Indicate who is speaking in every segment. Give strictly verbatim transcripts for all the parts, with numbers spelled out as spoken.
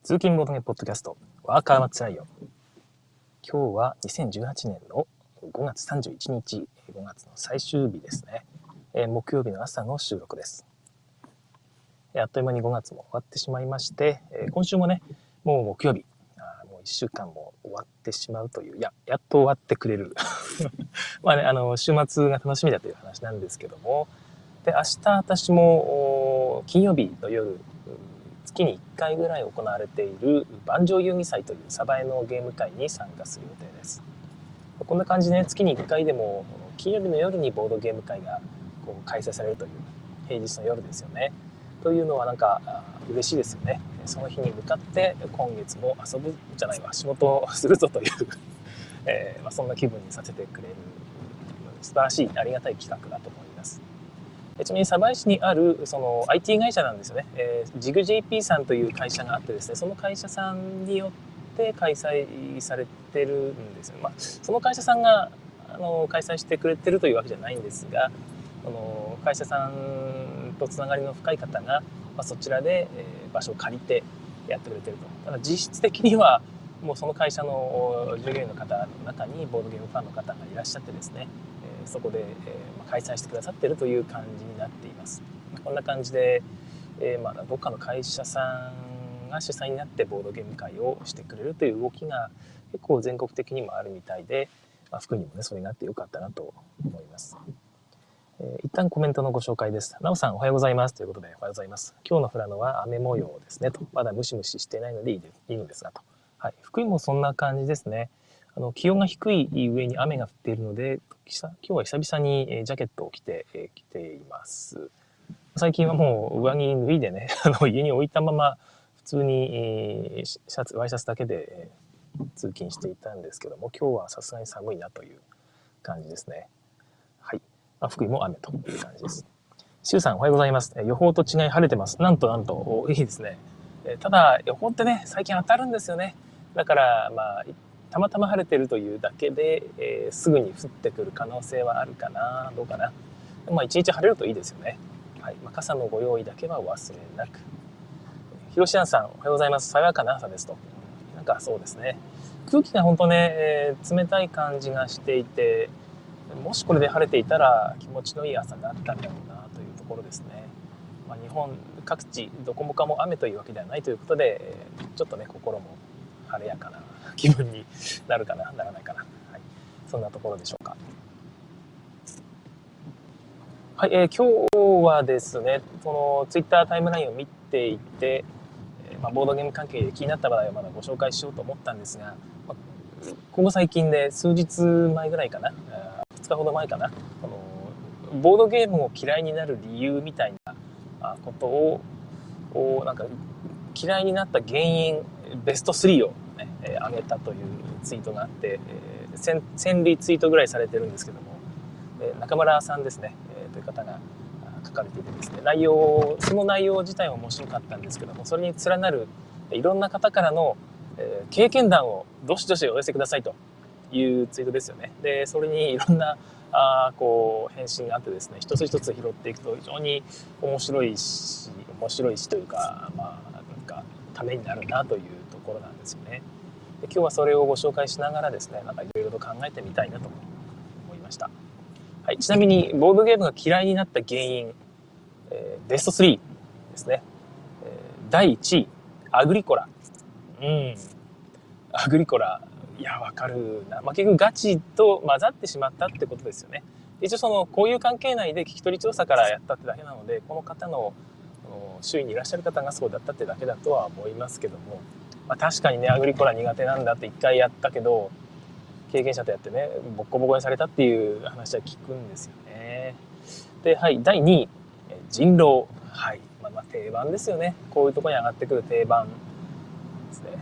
Speaker 1: 通勤ボードゲームポッドキャストワーカーはつらいよ。今日はにせんじゅうはちねんのごがつさんじゅういちにち、ごがつの最終日ですね。えー、木曜日の朝の収録です。あっという間にごがつも終わってしまいまして、えー、今週もね、もう木曜日、あもういっしゅうかんも終わってしまうという、いや、やっと終わってくれる。まあね、あの、週末が楽しみだという話なんですけども、で、明日私も金曜日の夜、月にいっかいぐらい行われている万丈遊戯祭というサバエのゲーム会に参加する予定です。こんな感じで、ね、月にいっかいでも金曜日の夜にボードゲーム会がこう開催されるという平日の夜ですよね。というのはなんか嬉しいですよね。その日に向かって今月も遊ぶじゃないわ仕事をするぞという、えーまあ、そんな気分にさせてくれる素晴らしいありがたい企画だと思います。ちなみに鯖江市にあるその アイティー 会社なんですよね。えー、ジグ ジェーピー さんという会社があってですね、その会社さんによって開催されてるんですよ。まあ、その会社さんがあの開催してくれてるというわけじゃないんですが、その会社さんとつながりの深い方が、まあ、そちらで、えー、場所を借りてやってくれてると。ただ実質的にはもうその会社の従業員の方の中にボードゲームファンの方がいらっしゃってですね、そこで、えー、開催してくださっているという感じになっています。こんな感じで、えーまあ、どっかの会社さんが主催になってボードゲーム会をしてくれるという動きが結構全国的にもあるみたいで、まあ、福井にもねそれがあってよかったなと思います。えー、一旦コメントのご紹介です。なおさんおはようございますということでおはようございます。今日の富良野は雨模様ですねと。まだムシムシしていないのでいいでいいのですがと。はい、福井もそんな感じですね。あの気温が低い上に雨が降っているので、今日は久々にジャケットを着てきています。最近はもう上着脱いでね、あの家に置いたまま普通にシャツワイシャツだけで通勤していたんですけども、今日はさすがに寒いなという感じですね。はい、まあ、福井も雨という感じです。しゅうさんおはようございます。予報と違い晴れてます。なんとなんといいですね。ただ予報ってね最近当たるんですよね。だからまあたまたま晴れてるというだけで、えー、すぐに降ってくる可能性はあるかな、どうかな。まあ一日晴れるといいですよね。はい、まあ、傘のご用意だけはお忘れなく。ひろしあんさんおはようございます。爽やかな朝ですと。なんかそうですね。空気が本当ね、えー、冷たい感じがしていて、もしこれで晴れていたら気持ちのいい朝があったんだろうなというところですね。まあ、日本各地どこもかも雨というわけではないということで、ちょっとね心も晴れやかな気分になるかなならないかな、はい、そんなところでしょうか。はい、えー、今日はですねそのツイッタータイムラインを見ていて、えーまあ、ボードゲーム関係で気になった話題をまだご紹介しようと思ったんですが、まあ、ここ最近で数日前ぐらいかなふつかほど前かな、このボードゲームを嫌いになる理由みたいなことをなんか嫌いになった原因ベストスリーを、ね、上げたというツイートがあって、えー、せんリツイートぐらいされてるんですけども、えー、中村さんですね、えー、という方が書かれていてですね、内容その内容自体も面白かったんですけども、それに連なるいろんな方からの、えー、経験談をどしどしお寄せくださいというツイートですよね。でそれにいろんなあこう返信があってですね、一つ一つ拾っていくと非常に面白いし面白いしというか、まあなんかためになるなというところなんですよね。で今日はそれをご紹介しながらですね、なんかいろいろと考えてみたいなと思いました。はい、ちなみにボードゲームが嫌いになった原因、えー、ベストスリーですね。えー、だいいちいアグリコラ。うんアグリコラ、いやわかるな、まあ、結局ガチと混ざってしまったってことですよね。一応そのこういう関係内で聞き取り調査からやったってだけなので、この方の周囲にいらっしゃる方がそうだったってだけだとは思いますけども、まあ、確かにねアグリコラ苦手なんだって一回やったけど経験者とやってねボッコボコにされたっていう話は聞くんですよね。で、はい、だいにい人狼、はい、まあ、まあ定番ですよね。こういうところに上がってくる定番ですね。はい、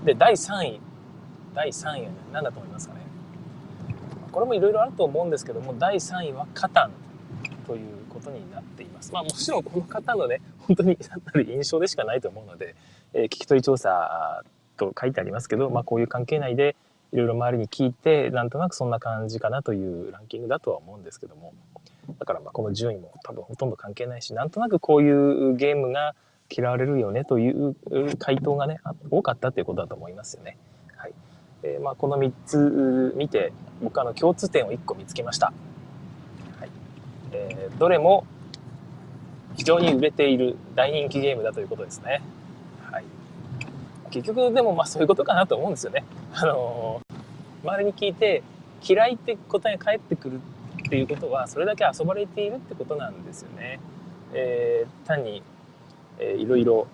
Speaker 1: でだいさんいだいさんいは何だと思いますかね。これもいろいろあると思うんですけども、だいさんいはカタンということになっています。まあもちろんこの方のね本当に単なる印象でしかないと思うので、えー、聞き取り調査と書いてありますけど、まあ、こういう関係内でいろいろ周りに聞いてなんとなくそんな感じかなというランキングだとは思うんですけども、だからまあこの順位も多分ほとんど関係ないし、なんとなくこういうゲームが嫌われるよねという回答がね多かったということだと思いますよね。はい。えー、まあこのみっつ見て僕はあの共通点をいっこ見つけました。はい。えー、どれも非常に売れている大人気ゲームだということですね。はい。結局でもまあそういうことかなと思うんですよね。あのー、周りに聞いて嫌いって答えが返ってくるっていうことはそれだけ遊ばれているってことなんですよね。えー、単に、えー、いろいろ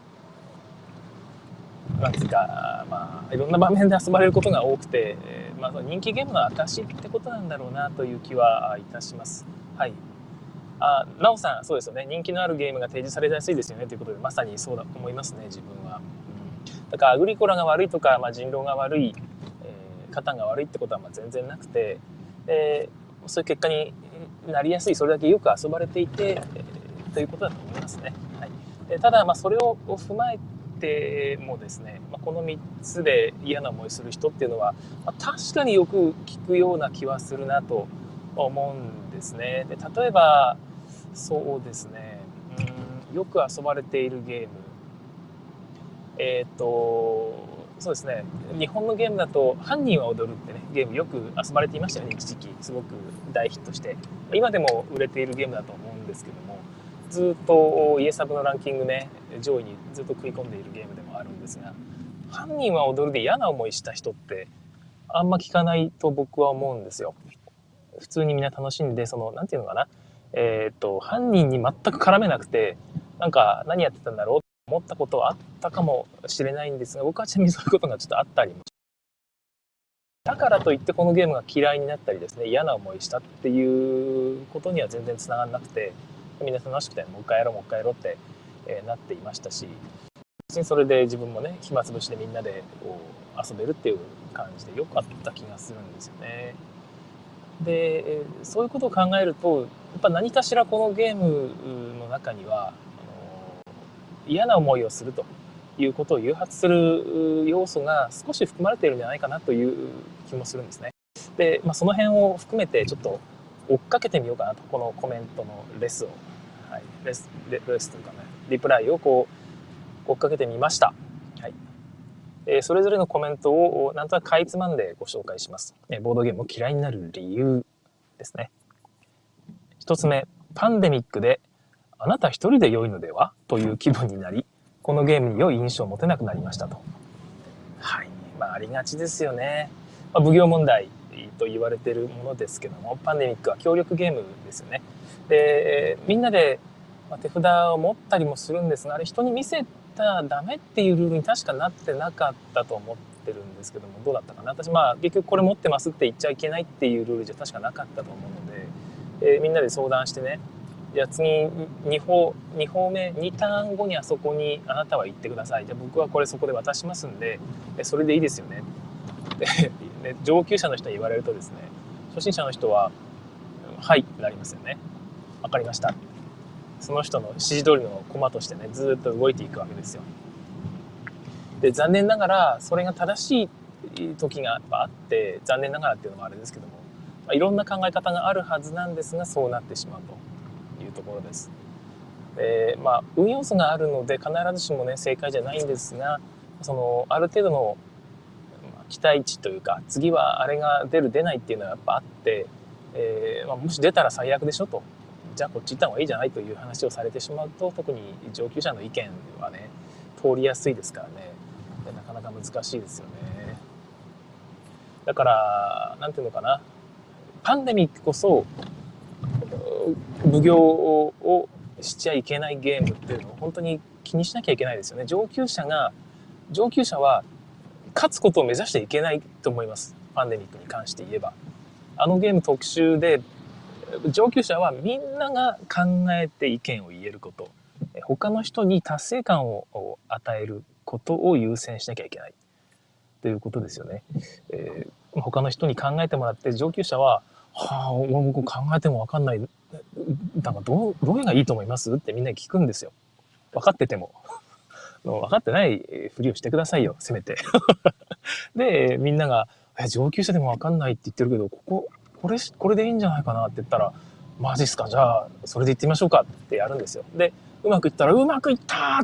Speaker 1: なんですか、まあいろんな場面で遊ばれることが多くて、えー、まあ人気ゲームの証ってことなんだろうなという気はいたします。はい。あ、なおさん、そうですよね。人気のあるゲームが提示されやすいですよねということで、まさにそうだと思いますね、自分は。うん、だからアグリコラが悪いとか、まあ、人狼が悪い、えー、カタンが悪いってことはまあ全然なくて、でそういう結果になりやすい、それだけよく遊ばれていて、えー、ということだと思いますね。はい、でただ、まあそれを踏まえてもですね、まあ、このみっつで嫌な思いする人っていうのは、まあ、確かによく聞くような気はするなと思うんですね。で例えばそうですね、うん、よく遊ばれているゲーム、えっとそうですね、日本のゲームだと「犯人は踊る」ってねゲームよく遊ばれていましたよね。一時期すごく大ヒットして、今でも売れているゲームだと思うんですけども、ずっとイエサブのランキングね上位にずっと食い込んでいるゲームでもあるんですが、犯人は踊るで嫌な思いした人ってあんま聞かないと僕は思うんですよ。普通にみんな楽しんで、そのなんていうのかな、えっと犯人に全く絡めなくて、なんか何やってたんだろうと思ったことはあったかもしれないんですが、僕はちなみにそういうことがちょっとあったりも、だからといってこのゲームが嫌いになったりですね、嫌な思いしたっていうことには全然つながらなくて、みんな楽しくてもう一回やろうもう一回やろうって、えー、なっていましたし、別にそれで自分もね暇つぶしでみんなでこう遊べるっていう感じでよかった気がするんですよね。でそういうことを考えると、やっぱ何かしらこのゲームの中にはあの嫌な思いをするということを誘発する要素が少し含まれているんじゃないかなという気もするんですね。で、まあ、その辺を含めてちょっと追っかけてみようかなと、このコメントのレスを、はい、レスレレスというかねリプライをこう追っかけてみました。はい。えー、それぞれのコメントをなんとなくかいつまんでご紹介します。ボードゲームを嫌いになる理由ですね。一つ目、パンデミックであなた一人で良いのではという気分になり、このゲームに良い印象を持てなくなりましたと。はい、まあありがちですよね。まあ、奉行問題と言われているものですけども、パンデミックは協力ゲームですよね。で、みんなで手札を持ったりもするんですが、あれ人に見せたらダメっていうルールに確かなってなかったと思ってるんですけども、どうだったかな。私まあ結局これ持ってますって言っちゃいけないっていうルールじゃ確かなかったと思うので、えー、みんなで相談してね、じゃあ次にほうにほうめにターン後にあそこにあなたは行ってください、じゃあ僕はこれそこで渡しますんでそれでいいですよねで上級者の人に言われるとですね、初心者の人ははいってなりますよね。分かりました、その人の指示通りの駒としてねずっと動いていくわけですよ。で残念ながらそれが正しい時があって、残念ながらっていうのもあれですけども、まあ、いろんな考え方があるはずなんですが、そうなってしまうというところです。でまあ運要素があるので必ずしもね正解じゃないんですが、そのある程度の期待値というか、次はあれが出る出ないっていうのはやっぱあって、えーまあ、もし出たら最悪でしょと、じゃあこっち行った方がいいじゃないという話をされてしまうと、特に上級者の意見はね通りやすいですからね、なかなか難しいですよね。だからなんていうのかな、パンデミックこそ奉行をしちゃいけないゲームっていうのを本当に気にしなきゃいけないですよね。上級者が上級者は勝つことを目指していけないと思います。パンデミックに関して言えば、あのゲーム特集で上級者はみんなが考えて意見を言えること、他の人に達成感を与えることを優先しなきゃいけないということですよね。えー、他の人に考えてもらって、上級者ははあ、俺も考えても分かんない、なんかどうどういうのがいいと思いますってみんなに聞くんですよ。分かってても分かってないふりをしてくださいよ、せめてでみんながえ上級者でも分かんないって言ってるけど、こここれこれでいいんじゃないかなって言ったら、マジっすか、じゃあそれで行ってみましょうかってやるんですよ。でうまくいったらうまくいったって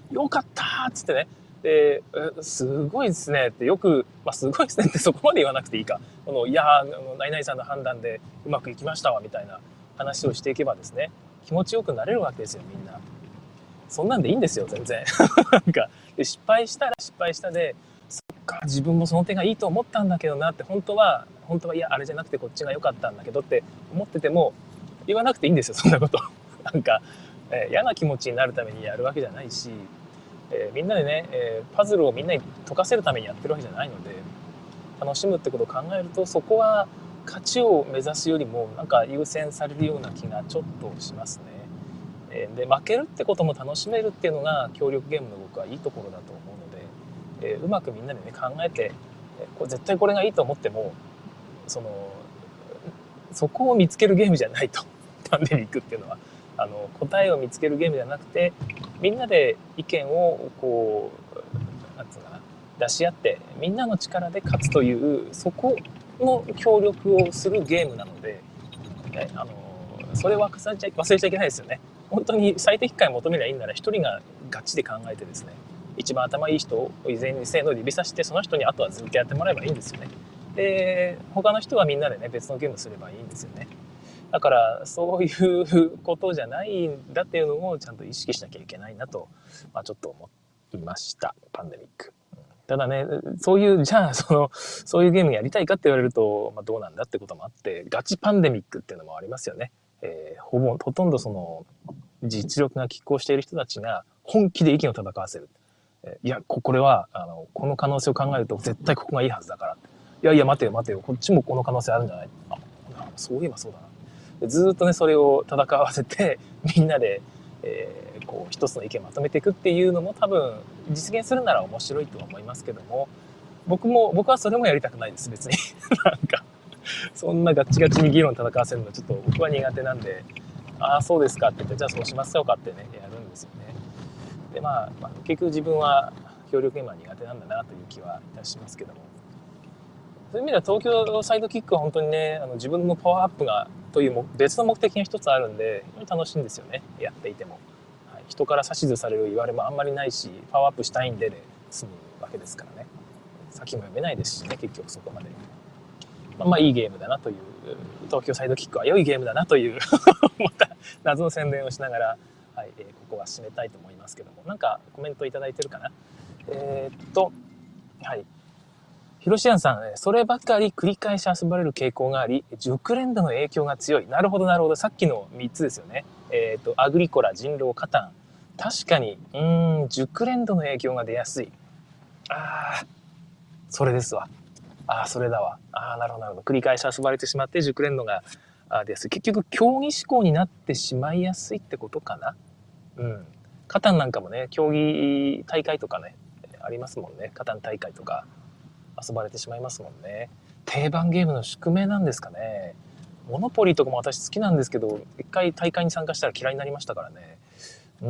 Speaker 1: よかったーっつってね。で、すごいですねってよく、まあ、すごいですねってそこまで言わなくていいか。このいやー、何々さんの判断でうまくいきましたわみたいな話をしていけばですね、気持ちよくなれるわけですよ、みんな。そんなんでいいんですよ、全然。なんか、で失敗したら失敗したで、そっか、自分もその手がいいと思ったんだけどなって、本当は、本当はいや、あれじゃなくてこっちが良かったんだけどって思ってても、言わなくていいんですよ、そんなこと。なんか、えー、嫌な気持ちになるためにやるわけじゃないし、えー、みんなでね、えー、パズルをみんなに解かせるためにやってるわけじゃないので、楽しむってことを考えると、そこは勝ちを目指すよりもなんか優先されるような気がちょっとしますね。えー、で負けるってことも楽しめるっていうのが協力ゲームの僕はいいところだと思うので、えー、うまくみんなでね考えて、えー、これ絶対これがいいと思っても、そのそこを見つけるゲームじゃないと。パンデミックっていうのはあの答えを見つけるゲームじゃなくて、みんなで意見をこうなんつうかな出し合ってみんなの力で勝つという、そこの協力をするゲームなので、ね、あのそれは忘れちゃ忘れちゃいけないですよね。本当に最適解求めりゃいいんなら一人がガチで考えてですね、一番頭いい人を以前にせーので指さして、その人にあとはずっとやってもらえばいいんですよね。で他の人はみんなでね別のゲームすればいいんですよね。だからそういうことじゃないんだっていうのをちゃんと意識しなきゃいけないなと、まあ、ちょっと思いました。パンデミック。ただね、そういうじゃあそのそういうゲームやりたいかって言われると、まあ、どうなんだってこともあって、ガチパンデミックっていうのもありますよね。えー、ほぼほとんどその実力が拮抗している人たちが本気で意見を戦わせる。えー、いやこれはあのこの可能性を考えると絶対ここがいいはずだから。いやいや待てよ待てよ、こっちもこの可能性あるんじゃない。あ、そういえばそうだな。ずっとねそれを戦わせてみんなで、えー、こう一つの意見をまとめていくっていうのも多分実現するなら面白いとは思いますけども、僕も僕はそれもやりたくないです別に。なんかそんなガチガチに議論戦わせるのちょっと僕は苦手なんで、ああそうですかって言って、じゃあそうしますよかってねやるんですよね。でまあ、まあ、結局自分は協力ゲームは苦手なんだなという気はいたしますけども、そういう意味では東京サイドキックは本当にね、あの自分のパワーアップがという別の目的が一つあるんで楽しいんですよね、やっていても。はい、人から指図される言われもあんまりないし、パワーアップしたいんでで済むわけですからね。先も読めないですしね、結局そこまで。まあ、まあいいゲームだなという、東京サイドキックは良いゲームだなというまた謎の宣伝をしながら、はいえー、ここは締めたいと思いますけども、なんかコメントいただいてるかな。えー、っとはいヒロシアンさん、そればかり繰り返し遊ばれる傾向があり、熟練度の影響が強い。なるほど、なるほど。さっきのみっつですよね。えっと、アグリコラ、人狼、カタン。確かに、うーん、熟練度の影響が出やすい。ああ、それですわ。ああ、それだわ。ああ、なるほど、なるほど。繰り返し遊ばれてしまって、熟練度が出やすい。結局、競技志向になってしまいやすいってことかな。うん。カタンなんかもね、競技大会とかね、ありますもんね。カタン大会とか。遊ばれてしまいますもんね。定番ゲームの宿命なんですかね。モノポリーとかも私好きなんですけど、一回大会に参加したら嫌いになりましたからね。うん。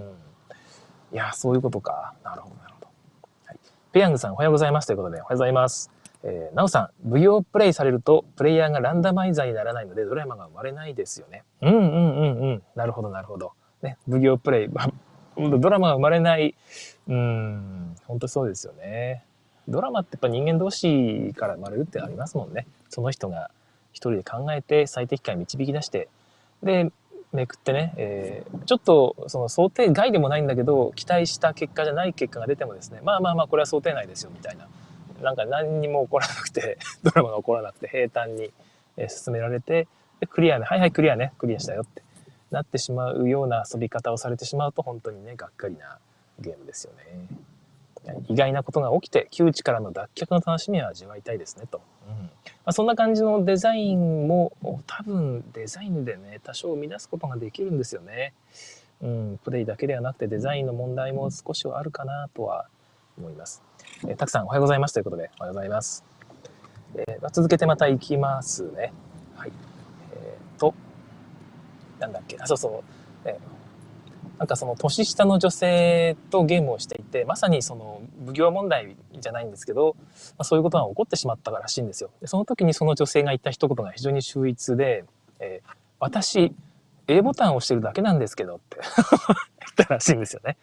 Speaker 1: いや、そういうことか。なるほど、なるほど。はい、ペヤングさん、おはようございますということで、おはようございます。えー、ナオさん、舞踊プレイされると、プレイヤーがランダマイザーにならないので、ドラマが生まれないですよね。うんうんうんうん。なるほど、なるほど。ね、舞踊プレイ、ドラマが生まれない。うん、本当そうですよね。ドラマってやっぱ人間同士から生まれるってありますもんね。その人が一人で考えて最適解導き出して、でめくってね、えー、ちょっとその想定外でもないんだけど期待した結果じゃない結果が出てもですね、まあまあまあこれは想定内ですよみたいな、なんか何にも起こらなくてドラマが起こらなくて平坦に進められて、でクリアね、はいはいクリアね、クリアしたよってなってしまうような遊び方をされてしまうと本当にねがっかりなゲームですよね。意外なことが起きて窮地からの脱却の楽しみを味わいたいですねと、うんまあ、そんな感じのデザインも多分デザインでね多少生み出すことができるんですよね、うん、プレイだけではなくてデザインの問題も少しはあるかなとは思います。えー、たくさんおはようございますということでおはようございます。えー、続けてまたいきますね。はい、えー、となんだっけ、あそうそう、えーなんかその年下の女性とゲームをしていて、まさにその奉行問題じゃないんですけど、まあ、そういうことが起こってしまったらしいんですよ。でその時にその女性が言った一言が非常に秀逸で、えー、私 A ボタンを押してるだけなんですけどって言ったらしいんですよね。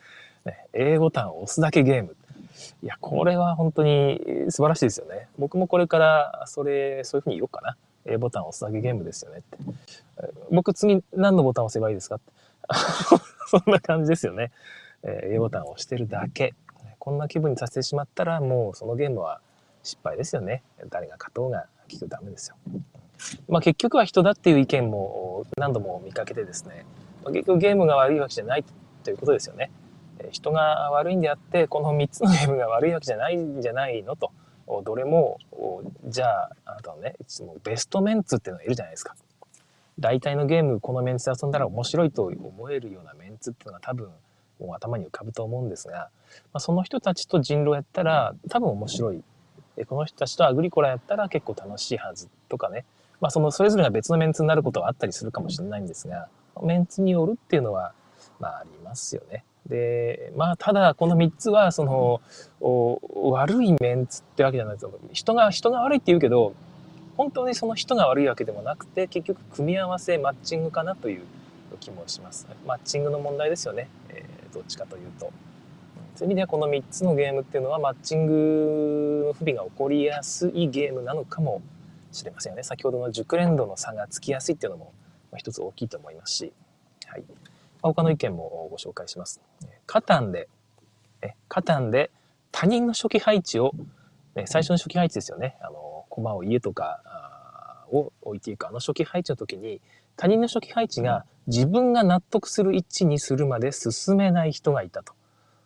Speaker 1: ね、A ボタンを押すだけゲーム。いや、これは本当に素晴らしいですよね。僕もこれからそれ、そういうふうに言おうかな。A ボタンを押すだけゲームですよねって。僕次何のボタンを押せばいいですかって。そんな感じですよね。A ボタンを押してるだけ。こんな気分にさせてしまったらもうそのゲームは失敗ですよね。誰が勝とうが聞くダメですよ。まあ結局は人だっていう意見も何度も見かけてですね、結局ゲームが悪いわけじゃないということですよね。人が悪いんであってこのみっつのゲームが悪いわけじゃないんじゃないのと、どれもじゃああなたのねベストメンツっていうのがいるじゃないですか。大体のゲームこのメンツで遊んだら面白いと思えるようなメンツっていうのが多分もう頭に浮かぶと思うんですが、まあ、その人たちと人狼やったら多分面白い、この人たちとアグリコラやったら結構楽しいはずとかね、まあ、そのそれぞれが別のメンツになることはあったりするかもしれないんですが、メンツによるっていうのはまあありますよね。でまあただこのみっつはその悪いメンツってわけじゃないですよ。人が人が悪いって言うけど本当にその人が悪いわけでもなくて結局組み合わせマッチングかなという気もします。マッチングの問題ですよね、えー、どっちかというと。そういう意味ではこのみっつのゲームっていうのはマッチングの不備が起こりやすいゲームなのかもしれませんよね。先ほどの熟練度の差がつきやすいっていうのも一つ大きいと思いますし、はい、他の意見もご紹介します。カタンでカタンで他人の初期配置を、ね、最初の初期配置ですよね。あの駒を家とかを置いていくあの初期配置の時に他人の初期配置が自分が納得する位置にするまで進めない人がいたと。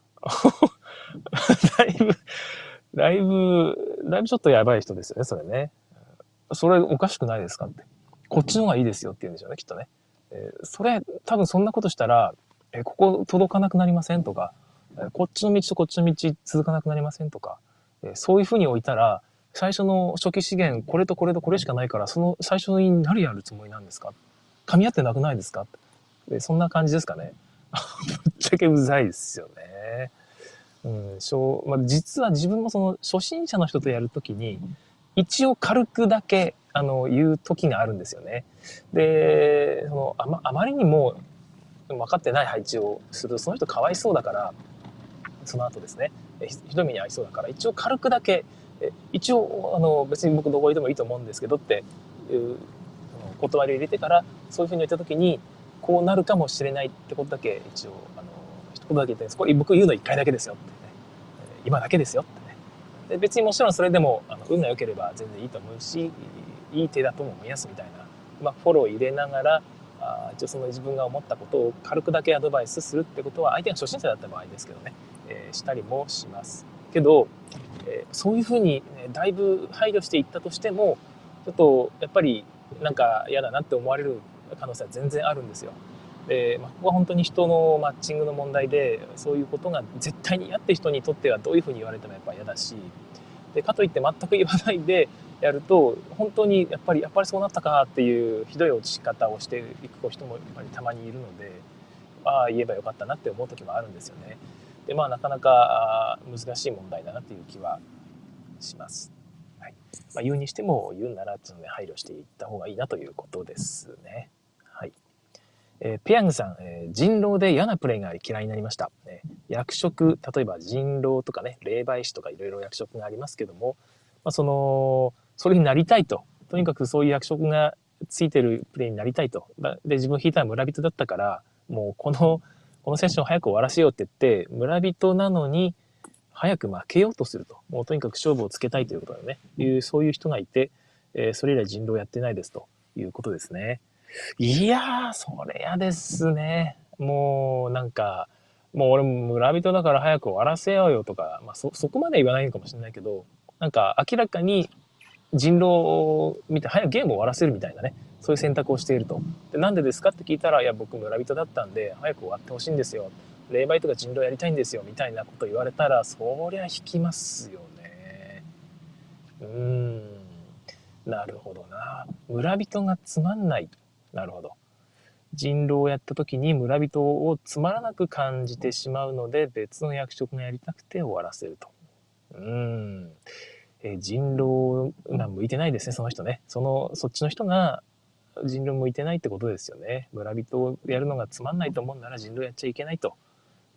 Speaker 1: だいぶ、だいぶ、だいぶちょっとやばい人ですよね、それね。それおかしくないですかって。こっちの方がいいですよって言うんでしょうね、きっとね。えー、それ、多分そんなことしたら、えー、ここ届かなくなりませんとか、えー、こっちの道とこっちの道続かなくなりませんとか、えー、そういうふうに置いたら、最初の初期資源、これとこれとこれしかないから、その最初に何やるつもりなんですか？噛み合ってなくないですか？でそんな感じですかね。ぶっちゃけうざいですよね。うん、しょうまあ、実は自分もその初心者の人とやるときに、一応軽くだけあの言う時があるんですよね。で、そのあまあまりにも分かってない配置をすると、その人かわいそうだから、その後ですね、ひどい目に遭いそうだから、一応軽くだけ、一応あの別に僕どこにいてもいいと思うんですけどっていう断りを入れてから、そういうふうに言った時に、こうなるかもしれないってことだけ一応あの一言だけ言ってです。これ僕言うのいっかいだけですよってね、今だけですよってね。で別にもちろんそれでもあの運が良ければ全然いいと思うし、いい手だとも思いますみたいな、まあ、フォロー入れながら、あ一応その自分が思ったことを軽くだけアドバイスするってことは、相手が初心者だった場合ですけどね、えー、したりもしますけど、えー、そういうふうに、ね、だいぶ配慮していったとしても、ちょっとやっぱりなんか嫌だなって思われる可能性は全然あるんですよ。で、まあ、ここは本当に人のマッチングの問題で、そういうことが絶対に嫌って人にとってはどういうふうに言われてもやっぱ嫌だし、でかといって全く言わないでやると、本当にやっぱりやっぱりそうなったかっていうひどい落ち方をしていく人もやっぱりたまにいるので、ああ言えばよかったなって思う時もあるんですよね。でまあなかなか難しい問題だなっていう気はします。はい、まあ、言うにしても言うならっていうので配慮していった方がいいなということですね。はい。えー、ペヤングさん、えー、人狼で嫌なプレイが嫌いになりました。えー、役職、例えば人狼とかね、霊媒師とかいろいろ役職がありますけども、まあ、その、それになりたいと。とにかくそういう役職がついてるプレイになりたいと。で、自分引いたら村人だったから、もうこの、このセッション早く終わらせようって言って、村人なのに早く負けようとすると。もうとにかく勝負をつけたいということだよね。いう、そういう人がいて、えー、それ以来人狼やってないですということですね。いやー、それやですね。もう、なんか、もう俺も村人だから早く終わらせようよとか、まあそ、そこまで言わないのかもしれないけど、なんか明らかに人狼を見て早くゲームを終わらせるみたいなね、そういう選択をしていると。で、なんでですかって聞いたら、いや、僕村人だったんで、早く終わってほしいんですよ。霊媒とか人狼やりたいんですよ、みたいなこと言われたら、そりゃ引きますよね。うーん。なるほどな。村人がつまんない。なるほど。人狼をやった時に村人をつまらなく感じてしまうので、別の役職がやりたくて終わらせると。うーん。えー、人狼が向いてないですね、その人ね。その、そっちの人が人狼向いてないってことですよね。村人をやるのがつまんないと思うなら人狼やっちゃいけないと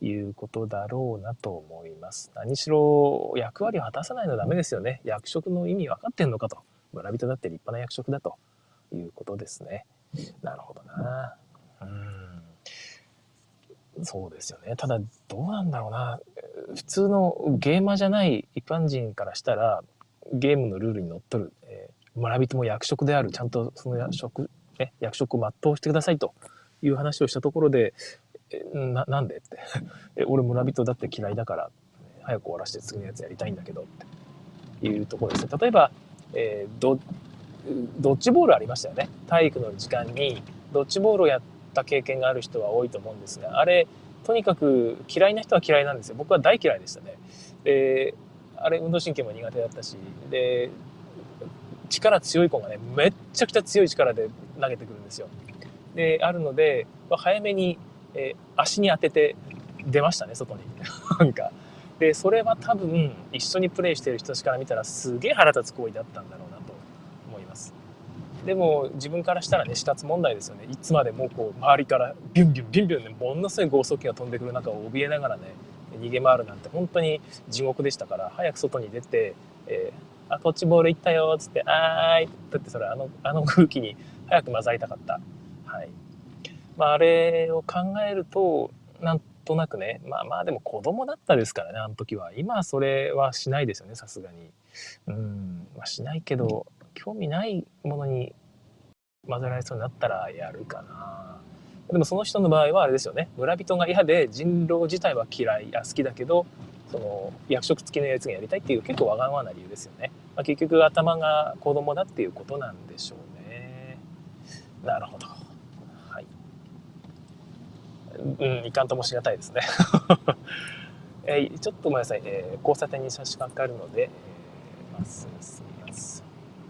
Speaker 1: いうことだろうなと思います。何しろ役割を果たさないのはダメですよね。役職の意味分かってんのかと。村人だって立派な役職だということですね。なるほどな。うん、そうですよね。ただどうなんだろうな。普通のゲーマーじゃない一般人からしたらゲームのルールにのっとる、えー、村人も役職である、ちゃんとその役職、ね、役職を全うしてくださいという話をしたところで、えななんでってえ俺村人だって嫌いだから早く終わらせて次のやつやりたいんだけどっていうところですね。例えば、えー、ドドッジボールありましたよね。体育の時間にドッジボールをやった経験がある人は多いと思うんですが、あれとにかく嫌いな人は嫌いなんですよ。僕は大嫌いでしたね。であれ運動神経も苦手だったし、で力強い子がねめっちゃくちゃ強い力で投げてくるんですよ。であるので早めに、えー、足に当てて出ましたね、外になんかでそれは多分一緒にプレーしている人たちから見たらすげえ腹立つ行為だったんだろうなと思います。でも自分からしたらね死活問題ですよね。いつまでもこう周りからビュンビュンビュンビュンねものすごい剛速球が飛んでくる中を怯えながらね逃げ回るなんて本当に地獄でしたから、早く外に出て、えー、あこっちボール行ったよっつってあーいだってそれあのあの空気に早く混ざりたかった。はい。まああれを考えるとなんとなくね、まあまあでも子供だったですからね、あの時は。今はそれはしないですよね、さすがに。うん、まあ、しないけど興味ないものに混ぜられそうになったらやるかな。でもその人の場合はあれですよね、村人が嫌で人狼自体は嫌い、あ好きだけどその役職付きのやつがやりたいっていう結構わがままな理由ですよね。まあ、結局頭が子供だっていうことなんでしょうね。なるほど。はい。うん、いかんともしがたいですね。えー、ちょっとごめんなさい、えー、交差点に差し掛かるので、えー、まっすぐ進みます。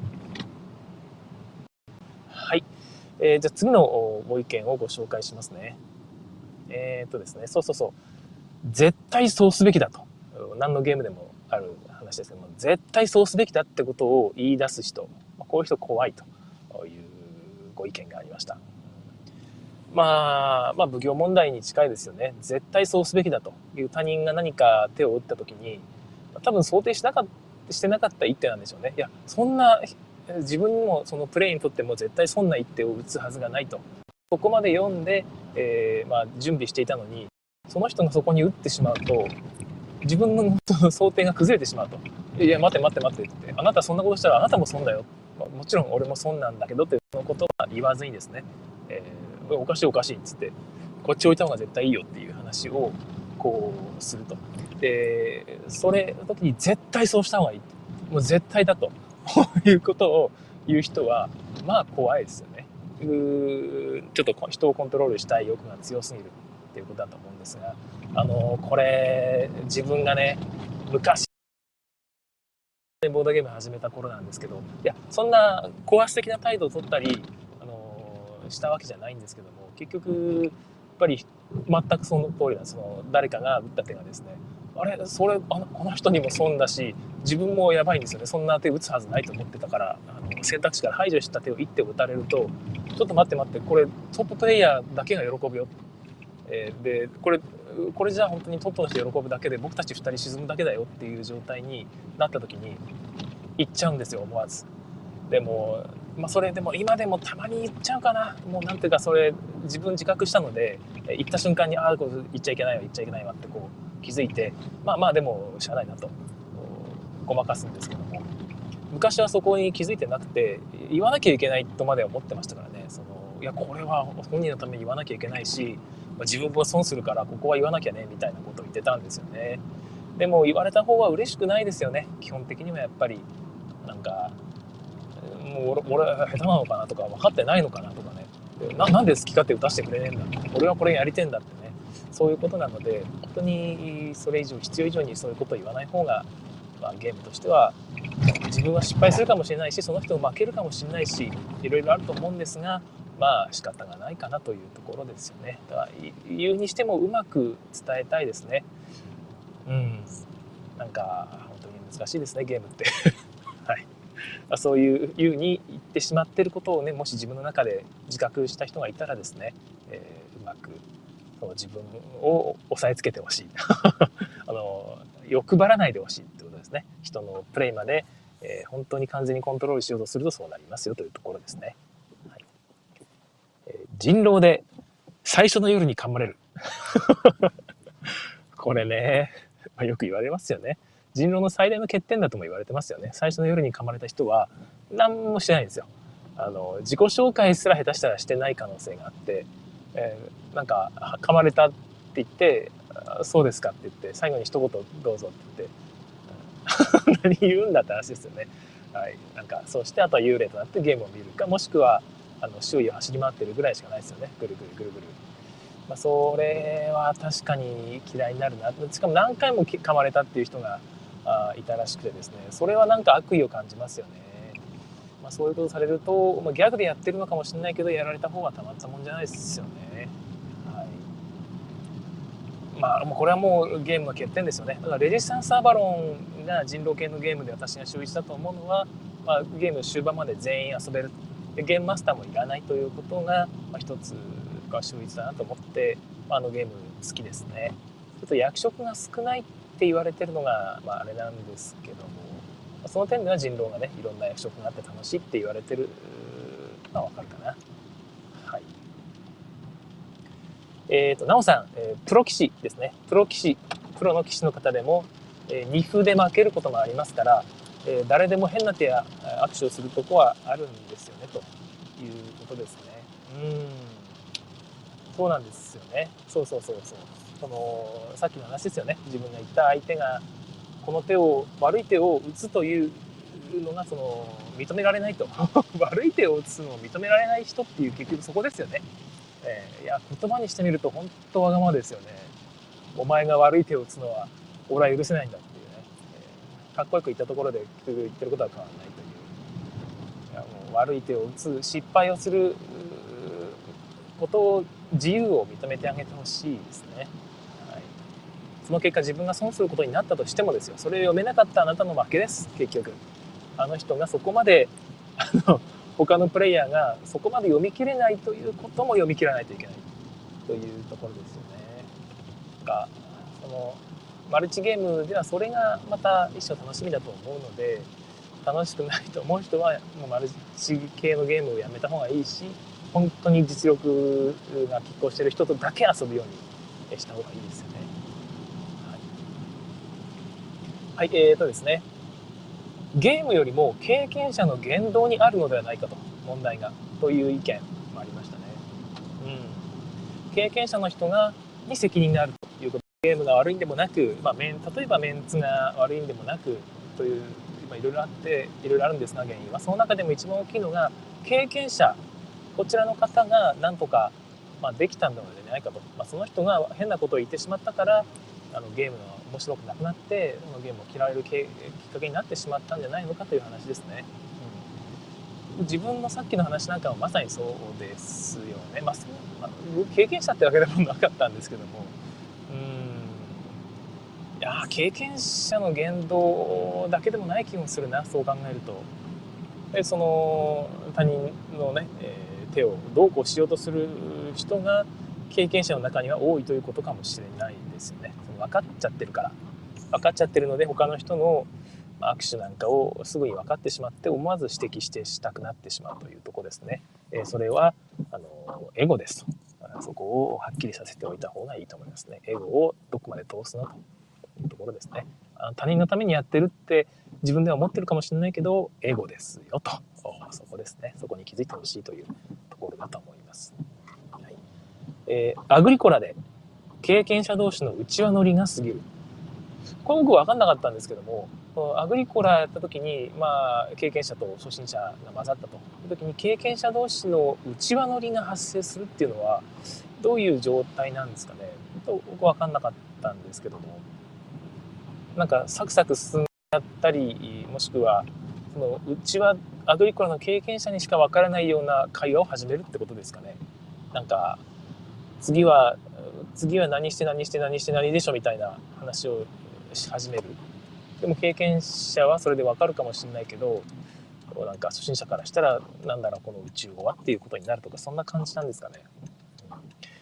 Speaker 1: はい。えー、じゃあ次のご意見をご紹介しますね。えー、っとですね、そうそうそう。絶対そうすべきだと。何のゲームでもある話ですけども、絶対そうすべきだってことを言い出す人、こういう人怖いというご意見がありました。まあ、まあ、奉行問題に近いですよね。絶対そうすべきだという他人が何か手を打った時に、多分想定しなかったしてなかった一手なんでしょうね。いや、そんな自分にもそのプレイにとっても絶対そんな一手を打つはずがないと。そこまで読んで、えーまあ、準備していたのに、その人がそこに打ってしまうと、自分の想定が崩れてしまうと。いや、待って待って待ってって。あなたそんなことしたらあなたも損だよ。もちろん俺も損なんだけどってそのことは言わずにですね、えー、おかしいおかしいっつって、こっち置いた方が絶対いいよっていう話をこうすると。で、それの時に絶対そうした方がいい。もう絶対だということを言う人は、まあ怖いですよね。うーちょっと人をコントロールしたい欲が強すぎるっていうことだと思うんですが、あのこれ自分がね昔ボードゲーム始めた頃なんですけど、いやそんな高圧的な態度を取ったり、あのしたわけじゃないんですけども、結局やっぱり全くその通りなんです。その誰かが打った手がですね、あれそれあのこの人にも損だし自分もやばいんですよね。そんな手打つはずないと思ってたから、あの選択肢から排除した手を一手を打たれると、ちょっと待って待って、これトッププレイヤーだけが喜ぶよ、えー、でこれこれじゃあ本当にトップの人喜ぶだけで僕たちふたり沈むだけだよっていう状態になった時に行っちゃうんですよ、思わず。でも、まあ、それでも今でもたまに行っちゃうかな。もうなんていうか、それ自分自覚したので、行った瞬間にああこれ行っちゃいけないわ行っちゃいけないわってこう気づいて、まあまあでもしゃあないなとごまかすんですけども、昔はそこに気づいてなくて言わなきゃいけないとまでは思ってましたからね。そのいやこれは本人のために言わなきゃいけないし、自分も損するからここは言わなきゃねみたいなことを言ってたんですよね。でも言われた方は嬉しくないですよね。基本的にはやっぱりなんかもう俺は下手なのかなとか分かってないのかなとかね、 な, なんで好き勝手打たせてくれねえんだ、俺はこれやりてえんだってね、そういうことなので本当にそれ以上必要以上にそういうことを言わない方が、まあ、ゲームとしては自分は失敗するかもしれないしその人も負けるかもしれないしいろいろあると思うんですが、まあ仕方がないかなというところですよね。だから言うにしてもうまく伝えたいですね。うん、なんか本当に難しいですねゲームってはい、そういうふうに言ってしまっていることをね、もし自分の中で自覚した人がいたらですね、えー、うまくその自分を押さえつけてほしいあの欲張らないでほしいってことですね。人のプレイまで、えー、本当に完全にコントロールしようとするとそうなりますよというところですね。はい、えー、人狼で最初の夜に噛まれるこれね、まあ、よく言われますよね。人狼の最大の欠点だとも言われてますよね。最初の夜に噛まれた人は何もしてないんですよ。あの自己紹介すら下手したらしてない可能性があって、えー、なんか噛まれたって言ってそうですかって言って最後に一言どうぞって言って何言うんだって話ですよね。はい、なんかそうしてあとは幽霊となってゲームを見るか、もしくはあの周囲を走り回ってるぐらいしかないですよね。ぐるぐるぐるぐる。まあ、それは確かに嫌いになるな。しかも何回も噛まれたっていう人があいたらしくてですね、それはなんか悪意を感じますよね。まあ、そういうことされると、まあ、ギャグでやってるのかもしれないけどやられた方はたまったもんじゃないですよね。はい、まあもうこれはもうゲームの欠点ですよね。だからレジスタンスアバロンが人狼系のゲームで私が秀逸だと思うのは、まあ、ゲーム終盤まで全員遊べる、でゲームマスターもいらないということが、まあ、一つが秀逸だなと思って、まあ、あのゲーム好きですね。ちょっと役職が少ないって言われてるのが、まあ、あれなんですけども、その点では人狼がねいろんな役職があって楽しいって言われてるのは分かるかな。はい。えっ、ー、となおさん、えー、プロ棋士ですね。プロ棋士、プロの棋士の方でも、えー、に歩で負けることもありますから、えー、誰でも変な手や握手をするとこはあるんですよねということですね。うん、そうなんですよね。そうそうそうそう。そのさっきの話ですよね。自分が言った相手がこの手を悪い手を打つというのがその認められないと悪い手を打つのを認められない人っていう結局そこですよね。えー、いや言葉にしてみると本当わがままですよね。お前が悪い手を打つのは俺は許せないんだっていうね、えー、かっこよく言ったところで言ってることは変わらないという。いやもう悪い手を打つ失敗をすることを自由を認めてあげてほしいですね。はい、その結果自分が損することになったとしてもですよ、それを読めなかったあなたの負けです。結局あの人がそこまであの他のプレイヤーがそこまで読み切れないということも読み切らないといけないというところですよね。がそのマルチゲームではそれがまた一種楽しみだと思うので、楽しくないと思う人はもうマルチ系のゲームをやめた方がいいし、本当に実力が拮抗している人とだけ遊ぶようにした方がいいですよね。はい、はい、えーとですねゲームよりも経験者の言動にあるのではないかと、問題がという意見もありましたね。うん、経験者の人がに責任があるということ、ゲームが悪いんでもなく、まあ、例えばメンツが悪いんでもなくという、まあ、いろいろあっていろいろあるんですが、原因はその中でも一番大きいのが経験者、こちらの方が何とか、まあ、できたのではないかと、まあ、その人が変なことを言ってしまったからあのゲームの面白くなくなってそのゲームを嫌われるきっかけになってしまったんじゃないのかという話ですね。うん、自分のさっきの話なんかはまさにそうですよね。まあ、まあ、経験者ってわけでもなかったんですけども、うん、いや経験者の言動だけでもない気もするな、そう考えると。でその他人のね、えー、手をどうこうしようとする人が経験者の中には多いということかもしれないですよね。分かっちゃってるから分かっちゃってるので他の人の握手なんかをすぐに分かってしまって思わず指摘してしたくなってしまうというところですね。えー、それはあのエゴですと。そこをはっきりさせておいた方がいいと思いますね。エゴをどこまで通すのというところですね。他人のためにやってるって自分では思ってるかもしれないけどエゴですよと、そこですね。そこに気づいてほしいというところだと思います。はい、えー、アグリコラで経験者同士の内輪乗りが過ぎる。これ僕分かんなかったんですけども、アグリコラやった時に、まあ、経験者と初心者が混ざったという時に経験者同士の内輪乗りが発生するっていうのはどういう状態なんですかね。と僕分かんなかったんですけども、なんかサクサク進んだったり、もしくはその内輪アグリコラの経験者にしか分からないような会話を始めるってことですかね。なんか次は次は何して何して何して何でしょみたいな話をし始める。でも経験者はそれで分かるかもしれないけど、なんか初心者からしたらなんだろうこの宇宙語はっていうことになるとか、そんな感じなんですかね。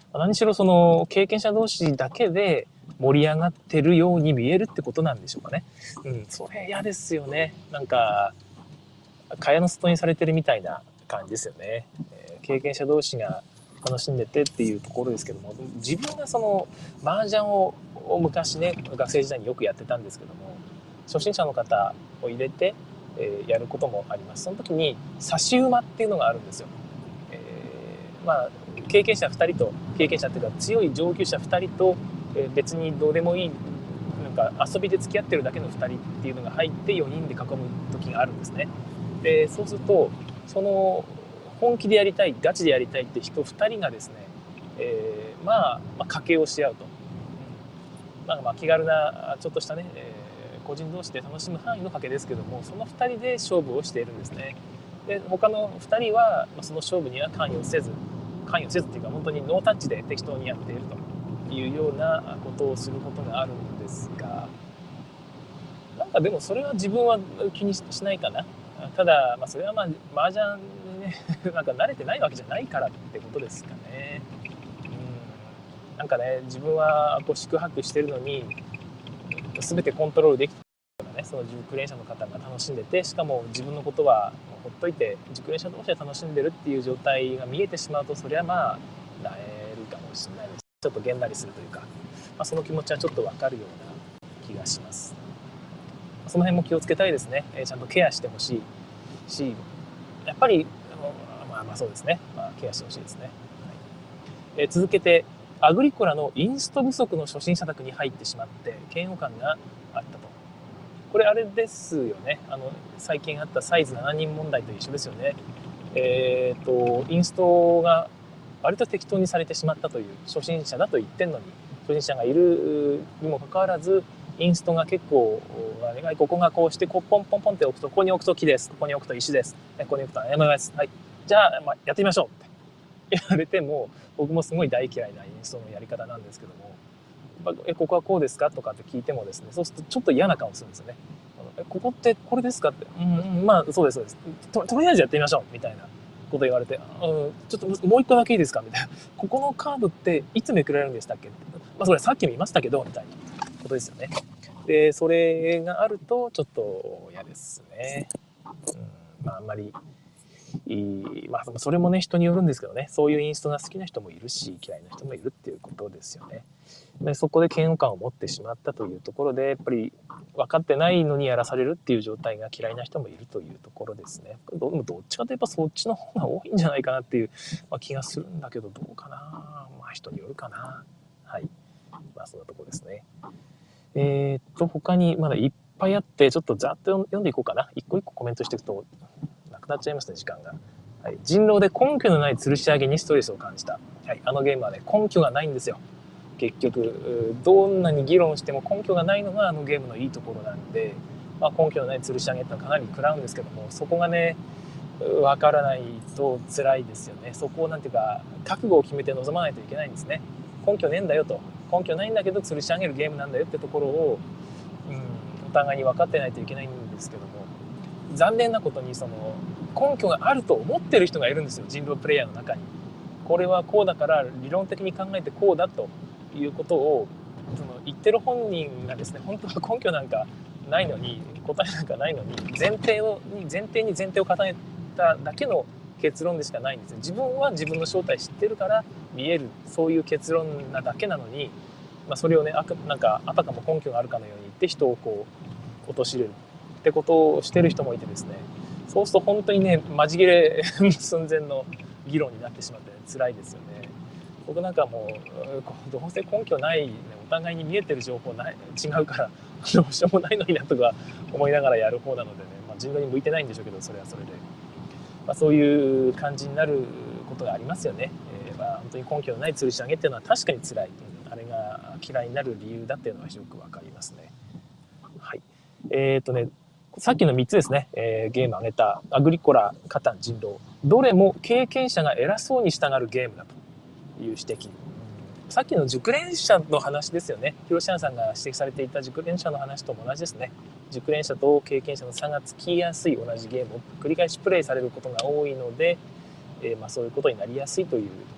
Speaker 1: 何しろその経験者同士だけで盛り上がってるように見えるってことなんでしょうかね。うん、それ嫌ですよね。なんか蚊帳の外にされてるみたいな感じですよね。えー経験者同士が楽しんでてっていうところですけども、自分がその麻雀を昔ね学生時代によくやってたんですけども、初心者の方を入れて、えーやることもあります。その時に差し馬っていうのがあるんですよ。えーまあ経験者ふたりと、経験者っていうか強い上級者ふたりと、えー別にどうでもいいなんか遊びで付き合ってるだけのふたりっていうのが入ってよにんで囲む時があるんですね。でそうするとその本気でやりたいガチでやりたいって人ふたりがですね、えーまあ、まあ賭けをし合うと、うん、なんかまあ気軽なちょっとしたね、えー個人同士で楽しむ範囲の賭けですけども、そのふたりで勝負をしているんですね。で他のふたりはその勝負には関与せず関与せずっていうか本当にノータッチで適当にやっているというようなことをすることがあるんですが、なんかでもそれは自分は気にしないかな。ただ、まあ、それはまあ麻雀にねなんか慣れてないわけじゃないからってことですかね。うん、なんかね自分はこう宿泊してるのに全てコントロールできてるようなね、その熟練者の方が楽しんでて、しかも自分のことはほっといて熟練者同士で楽しんでるっていう状態が見えてしまうと、そりゃまあなえるかもしれないです。ちょっとげんなりするというか、まあ、その気持ちはちょっとわかるような気がします。その辺も気をつけたいですね。えー、ちゃんとケアしてほしいし、やっぱりまあまあそうですね、まあ、ケアしてほしいですね。はい。えー、続けてアグリコラのインスト不足の初心者宅に入ってしまって嫌悪感があったと。これあれですよね、あの最近あったサイズしちにん問題と一緒ですよね。えー、とインストが割と適当にされてしまったという、初心者だと言ってんのに初心者がいるにもかかわらずインストが結構ここがこうしてこうポンポンポンって置くと、ここに置くと木です、ここに置くと石です、ここに置くと山です、はい、じゃあ、まあ、やってみましょうって言われても、僕もすごい大嫌いなインストのやり方なんですけども、えここはこうですかとかって聞いてもですね、そうするとちょっと嫌な顔するんですよね。えここってこれですかって、うん、うん、まあそうですそうです、 と, とりあえずやってみましょうみたいなこと言われて、うん、ちょっともう一個だけいいですかみたいな、ここのカードっていつめくられるんでしたっけ、まあ、それさっきも言いましたけどみたいなことですよね。でそれがあるとちょっと嫌ですね。うん、まああんまりいい、まあそれもね人によるんですけどね、そういうインストが好きな人もいるし嫌いな人もいるっていうことですよね。でそこで嫌悪感を持ってしまったというところで、やっぱり分かってないのにやらされるっていう状態が嫌いな人もいるというところですね。どどっちかといえばそっちの方が多いんじゃないかなっていう、まあ、気がするんだけど、どうかな、まあ人によるかな。はい、まあそんなところですね。えー、っと他にまだいっぱいあって、ちょっとざっと読んでいこうかな。一個一個コメントしていくとなくなっちゃいますね、時間が。はい、人狼で根拠のない吊るし上げにストレスを感じた。はい、あのゲームはね根拠がないんですよ。結局どんなに議論しても根拠がないのがあのゲームのいいところなんで、まあ、根拠のない吊るし上げってのはかなり食らうんですけども、そこがね分からないと辛いですよね。そこをなんていうか覚悟を決めて臨まないといけないんですね。根拠ねえんだよと、根拠ないんだけど吊るし上げるゲームなんだよってところを、うん、お互いに分かってないといけないんですけども、残念なことにその根拠があると思ってる人がいるんですよ、人狼プレイヤーの中に。これはこうだから理論的に考えてこうだということをその言ってる本人がですね、本当は根拠なんかないのに、答えなんかないのに、前提を前提に前提を重ねただけの結論でしかないんですよ。自分は自分の正体知ってるから見える、そういう結論なだけなのに、まあ、それをねあくなんかあたかも根拠があるかのように言って人をこう陥れるってことをしてる人もいてですね、そうすると本当にねまじ切れ寸前の議論になってしまって、ね、辛いですよね。僕なんかもうどうせ根拠ない、ね、お互いに見えてる情報ない違うからどうしようもないのになとか思いながらやる方なのでね、まあ、人狼に向いてないんでしょうけど、それはそれで、まあ、そういう感じになることがありますよね。えーまあ、本当に根拠のない吊るし上げっていうのは確かに辛い、うん、あれが嫌いになる理由だっていうのはよくわかりますね。はい、えー、っとねさっきのみっつですね、えー、ゲーム挙げたアグリコラ、カタン、人狼、どれも経験者が偉そうに従うゲームだという指摘。さっきの熟練者の話ですよね。広島さんが指摘されていた熟練者の話とも同じですね。熟練者と経験者の差がつきやすい同じゲームを繰り返しプレイされることが多いので、えーまあ、そういうことになりやすいという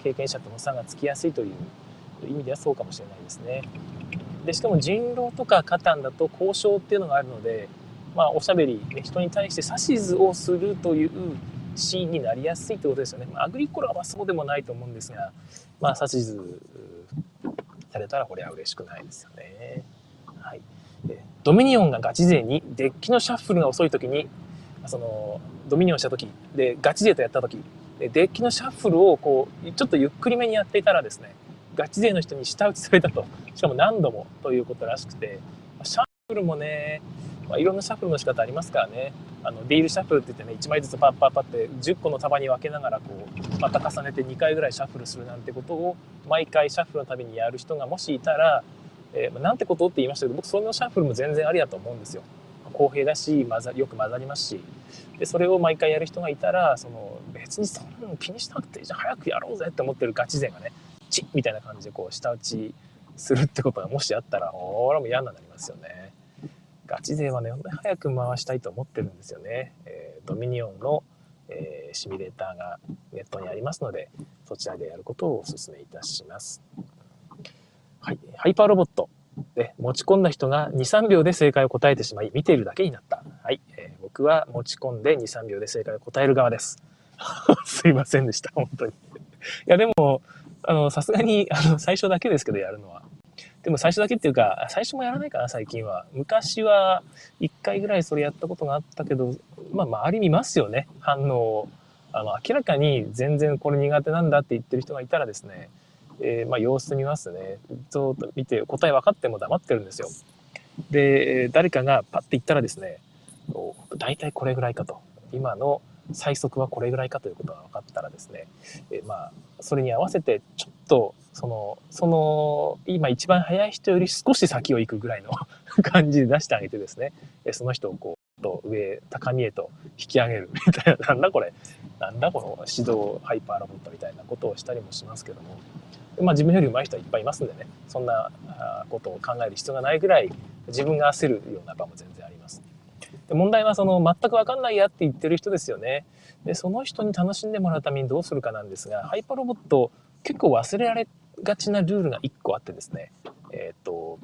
Speaker 1: 経験者との差がつきやすいという意味ではそうかもしれないですね。でしかも人狼とかカタンだと交渉っていうのがあるので、まあ、おしゃべり、人に対して指図をするというシーンになりやすいということですよね。まあ、アグリコラはそうでもないと思うんですが、まあ、指図されたらこれは嬉しくないですよね。はい、ドミニオンがガチ勢にデッキのシャッフルが遅い時に、そのドミニオンした時でガチ勢とやった時、デッキのシャッフルをこうちょっとゆっくりめにやっていたらですね、ガチ勢の人に舌打ちされたと、しかも何度もということらしくて、シャッフルもね、まあ、いろんなシャッフルの仕方ありますからね。あのディールシャッフルって言ってね、いちまいずつパッパッパってじゅっこの束に分けながらこうまた重ねてにかいぐらいシャッフルするなんてことを毎回シャッフルのたびにやる人がもしいたら、えー、なんてことって言いましたけど、僕そのシャッフルも全然ありだと思うんですよ。公平だし混ざよく混ざりますし、でそれを毎回やる人がいたら、その別にそんなの気にしなくていいじゃん、早くやろうぜって思ってるガチ勢がね、チッみたいな感じでこう舌打ちするってことがもしあったら、俺も嫌になりますよね。ガチ勢はね、本当に早く回したいと思ってるんですよね。えー、ドミニオンの、えー、シミュレーターがネットにありますので、そちらでやることをお勧めいたします。はい、ハイパーロボットで持ち込んだ人がに、さんびょうで正解を答えてしまい、見ているだけになった。はい、えー、僕は持ち込んでに、さんびょうで正解を答える側です。すいませんでした、本当に。いや、でも、あの、さすがに、あの、最初だけですけど、やるのは。でも最初だけっていうか、最初もやらないかな、最近は。昔はいっかいぐらいそれやったことがあったけど、まあ、周り見ますよね、反応を。あの、明らかに全然これ苦手なんだって言ってる人がいたらですね、えー、まあ様子見ますね。ずっと見て、答え分かっても黙ってるんですよ。で、誰かがパッて言ったらですね、大体これぐらいかと。今の最速はこれぐらいかということが分かったらですね、えー、まあそれに合わせてちょっとそのその今一番速い人より少し先を行くぐらいの感じで出してあげてですね、その人をこうと上高みへと引き上げるみたいな、なんだこれなんだこの指導ハイパーロボットみたいなことをしたりもしますけども、まあ自分より上手い人はいっぱいいますんでね、そんなことを考える必要がないぐらい自分が焦るような場も全然あります。で問題はその全く分かんないやって言ってる人ですよね。でその人に楽しんでもらうためにどうするかなんですが、ハイパーロボット結構忘れられがちなルールがいっこあってですね、えっと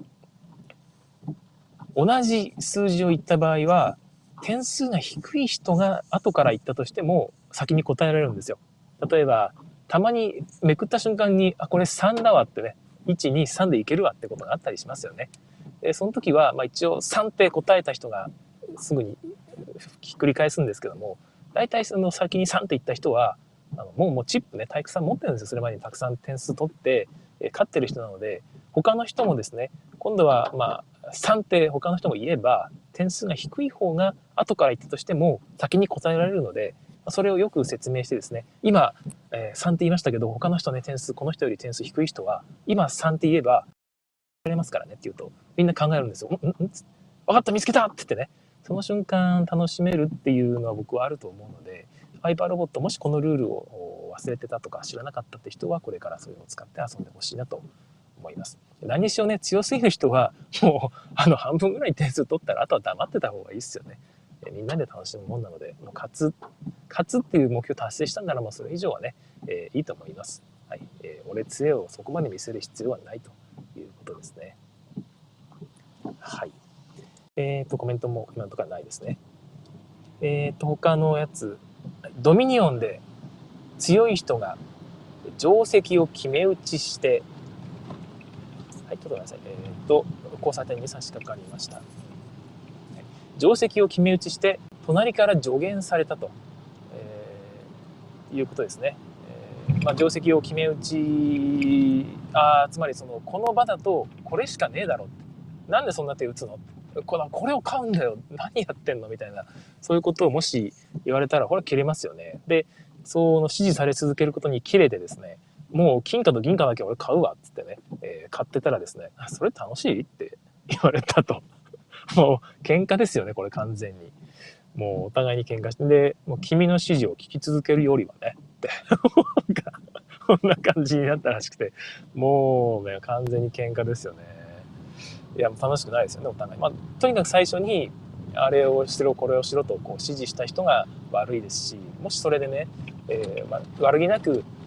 Speaker 1: 同じ数字を言った場合は点数が低い人が後から言ったとしても先に答えられるんですよ。例えばたまにめくった瞬間に、あ、これさんだわってね、いち、に、さんでいけるわってことがあったりしますよね。でその時は、まあ、一応さんって答えた人がすぐにひっくり返すんですけども、大体その先にさんって言った人はあのもうもうチップね、体育さん持ってるんですよ。それまでにたくさん点数取って、え勝ってる人なので、他の人もですね、今度はまあさんって他の人もいれば、点数が低い方が後から言ったとしても先に答えられるので、それをよく説明してですね、今、えー、さんって言いましたけど、他の人ね、点数、この人より点数低い人は、今さんって言えば、やれますからねって言うと、みんな考えるんですよ。んんん分かった、見つけたって言ってね、その瞬間楽しめるっていうのは僕はあると思うので、ハイパーロボット、もしこのルールを忘れてたとか知らなかったって人は、これからそういうのを使って遊んでほしいなと思います。何にしろね、強すぎる人は、もう、あの、半分ぐらい点数取ったら、あとは黙ってた方がいいですよね。みんなで楽しむもんなので、もう勝つ、勝つっていう目標達成したんなら、まあそれ以上はね、えー、いいと思います。はい、えー、俺強いをそこまで見せる必要はないということですね。はい。えっ、ー、と、コメントも今のところないですね。えっ、ー、と、他のやつ、ドミニオンで強い人が定石を決め打ちして、はい、ちょっとごめんなさい。えっ、ー、と、交差点に差し掛かりました。定石を決め打ちして隣から助言されたと、えー、いうことですね。えーまあ、定石を決め打ち、あつまりそのこの場だとこれしかねえだろ、なんでそんな手打つの、これ、これを買うんだよ、何やってんのみたいな、そういうことをもし言われたらこれは切れますよね。でその指示され続けることに切れてですね、もう金貨と銀貨だけ俺買うわっつってね、えー、買ってたらですね、それ楽しいって言われたと。もう喧嘩ですよね、これ完全に。もうお互いに喧嘩して、で、もう君の指示を聞き続けるよりはね、って、こんな感じになったらしくて、もうね、完全に喧嘩ですよね。いや、楽しくないですよね、お互い。まあ、とにかく最初に、あれをしろ、これをしろとこう指示した人が悪いですし、もしそれでね、えーまあ、悪気なく、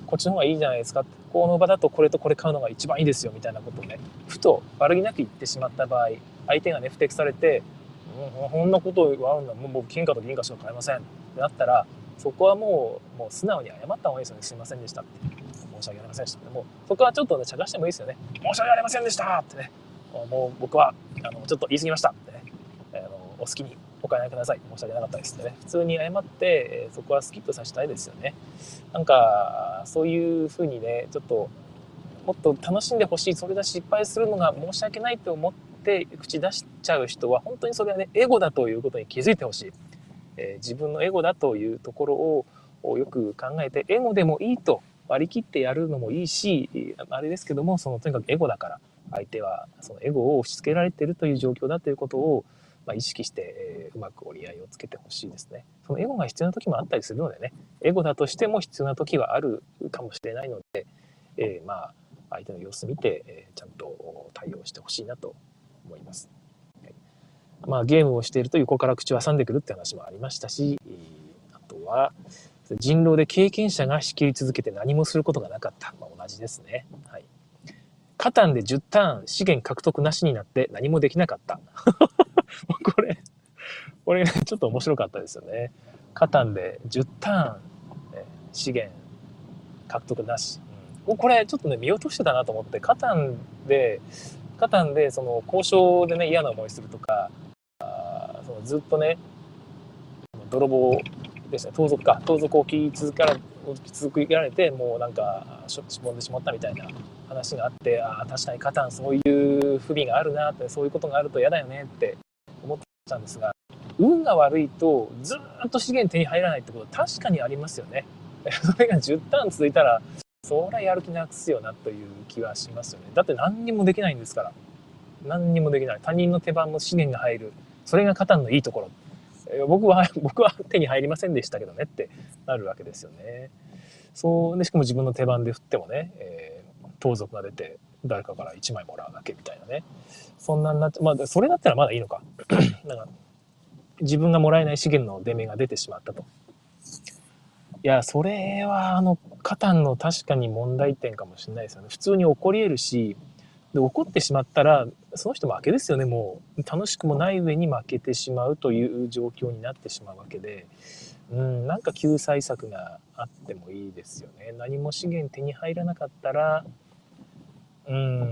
Speaker 1: こっちの方がいいじゃないですか、この場だとこれとこれ買うのが一番いいですよみたいなことをね、ふと悪気なく言ってしまった場合、相手がね不適されて、うん、こんなことがあるんだ、もう僕金貨と銀貨しか買えませんってなったら、そこはもうもう素直に謝った方がいいですよね。すいませんでしたって、申し訳ありませんでした。もうそこはちょっとね茶化してもいいですよね。申し訳ありませんでしたってね、もう僕はあのちょっと言い過ぎましたってね、あのお好きにお金ください、申し訳なかったですってね、普通に謝って、えー、そこはスキップさせたいですよね。なんかそういう風にね、ちょっともっと楽しんでほしい、それで失敗するのが申し訳ないと思って口出しちゃう人は、本当にそれはねエゴだということに気づいてほしい、えー、自分のエゴだというところをよく考えて、エゴでもいいと割り切ってやるのもいいし、あれですけども、そのとにかくエゴだから、相手はそのエゴを押し付けられているという状況だということを、まあ、意識して、えー、うまく折り合いをつけてほしいですね。そのエゴが必要な時もあったりするのでね、エゴだとしても必要な時はあるかもしれないので、えー、まあ相手の様子見て、えー、ちゃんと対応してほしいなと思います。はい、まあ、ゲームをしていると横から口を挟んでくるって話もありましたし、あとは人狼で経験者が仕切り続けて何もすることがなかった、まあ、同じですね。はい、カタンでじゅうターン資源獲得なしになって何もできなかったこれこれちょっと面白かったですよね。カタンでじゅうターン資源獲得なし、うん、これちょっとね見落としてたなと思って、カタンでカタンでその交渉でね嫌な思いするとか、あそのずっとね泥棒ですね、盗賊か盗賊を聞き続けられ続けられて、もうなんかしぼんでしまったみたいな話があって、ああ確かにカタンそういう不備があるなって、そういうことがあると嫌だよねって思ってたんですが、運が悪いとずっと資源手に入らないってことは確かにありますよね。それがじゅうターン続いたらそりゃやる気なくすよなという気はしますよね。だって何にもできないんですから。何にもできない。他人の手番も資源が入る。それがカタンのいいところ。僕は僕は手に入りませんでしたけどねってなるわけですよね。そうで、しかも自分の手番で振ってもね、えー、盗賊が出て誰かからいちまいもらうだけみたいなね。そんなんなっちゃ、まあそれだったらまだいいのか。なんか自分がもらえない資源の出目が出てしまったと。いや、それはあのカタンの確かに問題点かもしれないですよね。普通に起こり得るし、で怒ってしまったらその人負けですよね。もう楽しくもない上に負けてしまうという状況になってしまうわけで、うん、なんか救済策があってもいいですよね。何も資源手に入らなかったら、うん、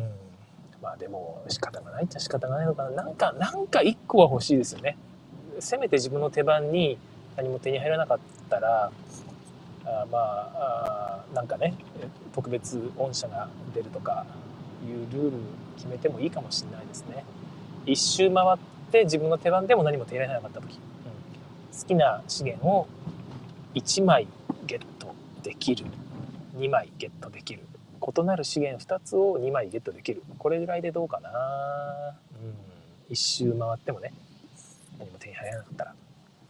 Speaker 1: まあでも仕方がないっちゃ仕方がないのかな。なんかなんか一個は欲しいですよね。せめて自分の手番に何も手に入らなかったら、あまああなんかね特別恩赦が出るとかいうルール決めてもいいかもしれないですね。一周回って自分の手番でも何も手に入らなかった時、うん、好きな資源をいちまいゲットできる、にまいゲットできる、異なる資源ふたつをにまいゲットできる、これぐらいでどうかな、うん、一周回ってもね何も手に入らなかったら。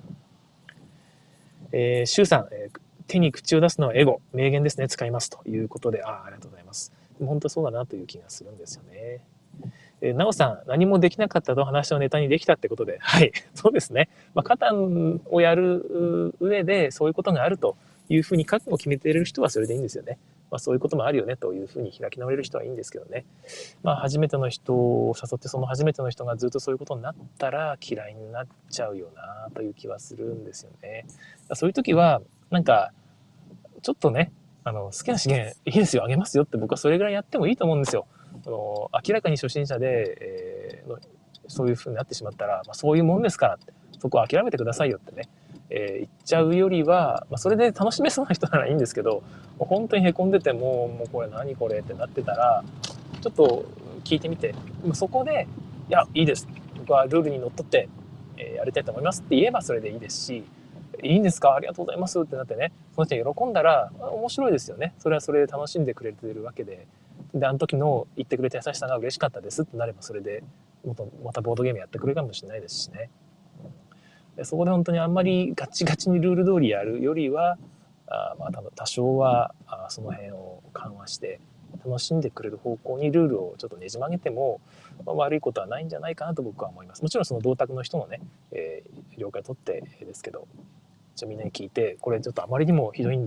Speaker 1: えー、シュウさん、えー、手に口を出すのはエゴ、名言ですね、使いますということで、ああ、ありがとうございます。でも本当そうだなという気がするんですよね。えー、なおさん、何もできなかったと話をネタにできたってことで、はい、そうですね。まあ、カタンをやる上でそういうことがあるというふうに覚悟を決めている人はそれでいいんですよね。まあ、そういうこともあるよねというふうに開き直れる人はいいんですけどね。まあ、初めての人を誘って、その初めての人がずっとそういうことになったら嫌いになっちゃうよなという気はするんですよね。そういう時はなんかちょっとね、あの好きな資源いいですよ、あげますよって、僕はそれぐらいやってもいいと思うんですよ。あの明らかに初心者で、えー、そういう風になってしまったら、まあ、そういうもんですからって、そこは諦めてくださいよってね、えー、言っちゃうよりは、まあ、それで楽しめそうな人ならいいんですけど、もう本当にへこんでてももうこれ何これってなってたら、ちょっと聞いてみて、そこでいやいいです、僕はルールにのっとって、えー、やりたいと思いますって言えばそれでいいですし、いいんですか、ありがとうございますってなってね、その人が喜んだら面白いですよね。それはそれで楽しんでくれてるわけで、であの時の言ってくれた優しさが嬉しかったですってなれば、それでまたボードゲームやってくれるかもしれないですしね。でそこで本当にあんまりガチガチにルール通りやるよりは、あまあ多少はあその辺を緩和して楽しんでくれる方向にルールをちょっとねじ曲げても、まあ、悪いことはないんじゃないかなと僕は思います。もちろんその同卓の人のね、えー、了解取ってですけど、じゃみんなに聞いて、これちょっとあまりにもひどいんで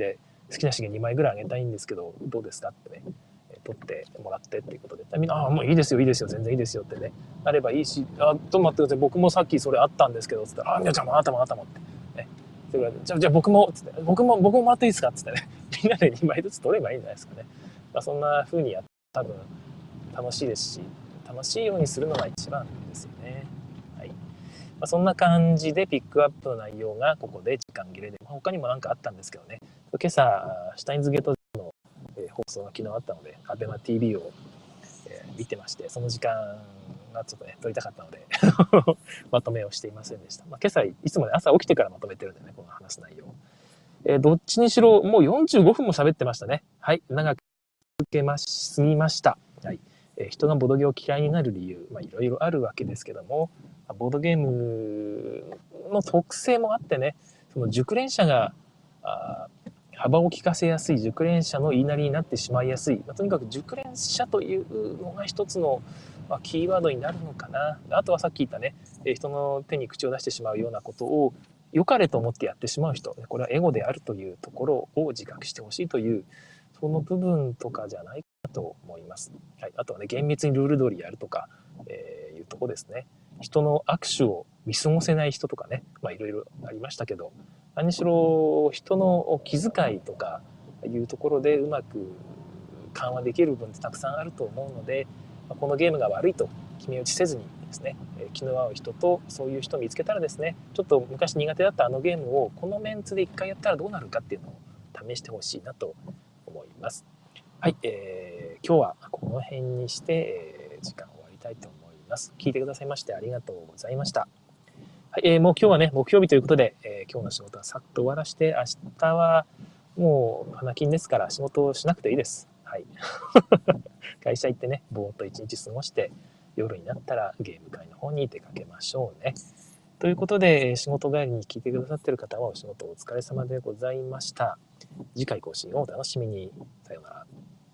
Speaker 1: 好きな資源にまいぐらいあげたいんですけどどうですかってね、取ってもらってっていうことで、みんな「ああもういいですよいいですよ全然いいですよ」ってねなればいいし「あちょっと待ってください僕もさっきそれあったんですけど」つって「あじゃああなたもあなたも」ってねそれからじゃあじゃあ僕もつって僕も僕ももらっていいですかっつってねみんなでにまいずつ取ればいいんじゃないですかね。まあ、そんな風にや多分楽しいですし楽しいようにするのが一番ですよね。はい。まあ、そんな感じでピックアップの内容がここで時間切れで、まあ、他にも何かあったんですけどね今朝シュタインズゲートの放送が昨日あったので アベマティービー を見てましてその時間がちょっとね撮りたかったのでまとめをしていませんでした。まあ、今朝いつもね朝起きてからまとめてるんでねこの話す内容、えー、どっちにしろもうよんじゅうごふんも喋ってましたね。はい長く続けましすぎました。はい。えー、人がボードゲームを嫌いになる理由まあいろいろあるわけですけどもボードゲームの特性もあってねその熟練者があ幅を利かせやすい熟練者の言いなりになってしまいやすい、まあ、とにかく熟練者というのが一つの、まあ、キーワードになるのかな。あとはさっき言ったね人の手に口を出してしまうようなことを良かれと思ってやってしまう人これはエゴであるというところを自覚してほしいというその部分とかじゃないかと思います。はい、あとはね厳密にルール通りやるとか、えー、いうとこですね。人の握手を見過ごせない人とかねまあいろいろありましたけど何しろ人の気遣いとかいうところでうまく緩和できる部分ってたくさんあると思うのでこのゲームが悪いと決め打ちせずにですね気の合う人とそういう人を見つけたらですねちょっと昔苦手だったあのゲームをこのメンツで一回やったらどうなるかっていうのを試してほしいなと思います。はい、えー、今日はこの辺にして、えー、時間を終わりたいと思います。聞いてくださいましてありがとうございました。はい、えー、もう今日はね木曜日ということで、えー、今日の仕事はさっと終わらして明日はもう花金ですから仕事をしなくていいです。はい、会社行ってねぼーっと一日過ごして夜になったらゲーム会の方に出かけましょうね。ということで仕事帰りに聞いてくださっている方はお仕事お疲れ様でございました。次回更新をお楽しみに。さようなら。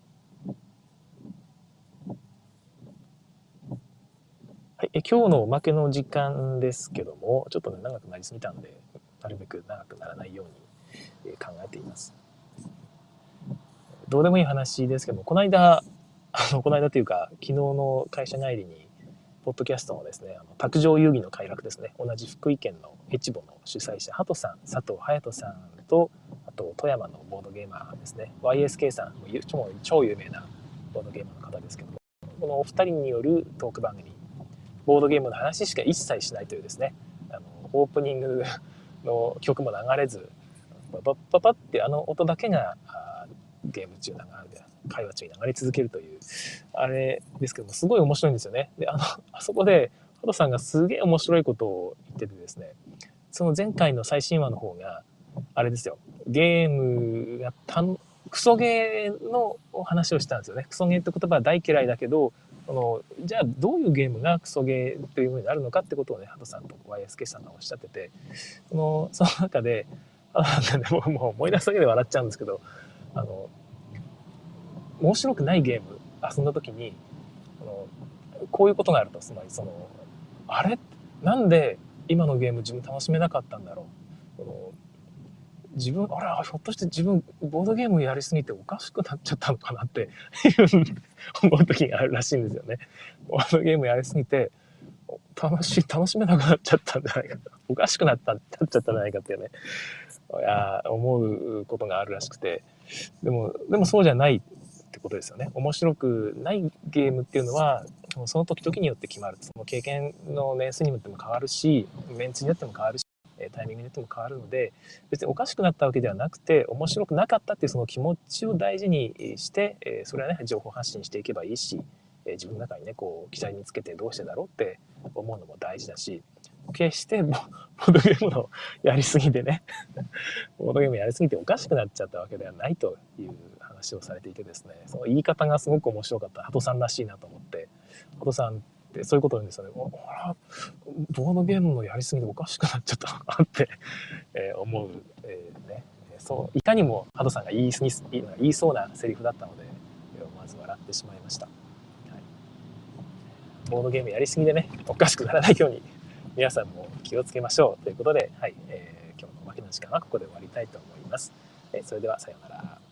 Speaker 1: はい、え今日のおまけの時間ですけどもちょっとね長くなりすぎたのでなるべく長くならないように考えています。どうでもいい話ですけどもこの間あのこの間というか昨日の会社帰りにポッドキャストのですねあの卓上遊戯の快楽ですね同じ福井県のエチボの主催者ハトさん佐藤隼人さんとあと富山のボードゲーマーですね ワイエスケー さん超超有名なボードゲーマーの方ですけどもこのお二人によるトーク番組ボードゲームの話しか一切しないというですねあのオープニングの曲も流れずパパッパパってあの音だけがゲーム中流れ会話中に流れ続けるというあれですけどもすごい面白いんですよね。であのあそこでハトさんがすげえ面白いことを言っててですねその前回の最新話の方があれですよゲームがたんクソゲーの話をしたんですよね。クソゲーって言葉は大嫌いだけどあのじゃあどういうゲームがクソゲーというものになるのかってことをねハトさんと ワイエスケー さんがおっしゃっててそのその中でなんかねもう思い出すだけで笑っちゃうんですけどあの面白くないゲーム遊んだ時にあのこういうことがあるとつまりそのあれなんで今のゲーム自分楽しめなかったんだろうこの自分あれひょっとして自分ボードゲームやりすぎておかしくなっちゃったのかなって思う時があるらしいんですよね。ボードゲームやりすぎて楽しい楽しめなくなっちゃったんじゃないかおかしくなったなっちゃったんじゃないかっていうねいや思うことがあるらしくてでもでもそうじゃないってことですよね。面白くないゲームっていうのはその時々によって決まるその経験の年数によっても変わるしメンツによっても変わるしタイミングによっても変わるので別におかしくなったわけではなくて面白くなかったっていうその気持ちを大事にしてそれはね情報発信していけばいいし自分の中にねこう期待につけてどうしてだろうって思うのも大事だし決してボードゲームのやりすぎでねボードゲームやりすぎておかしくなっちゃったわけではないという話をされていてですねその言い方がすごく面白かったハトさんらしいなと思ってハトさんってそういうことを言うんですよね。ほらボードゲームのやりすぎでおかしくなっちゃったのかって、えー、思う、えーね、そういかにもハトさんが言い言い言いそうなセリフだったので思わず笑ってしまいました。はい、ボードゲームやりすぎでねおかしくならないように皆さんも気をつけましょうということで、はいえー、今日のおまけの時間はここで終わりたいと思います。 えそれではさようなら。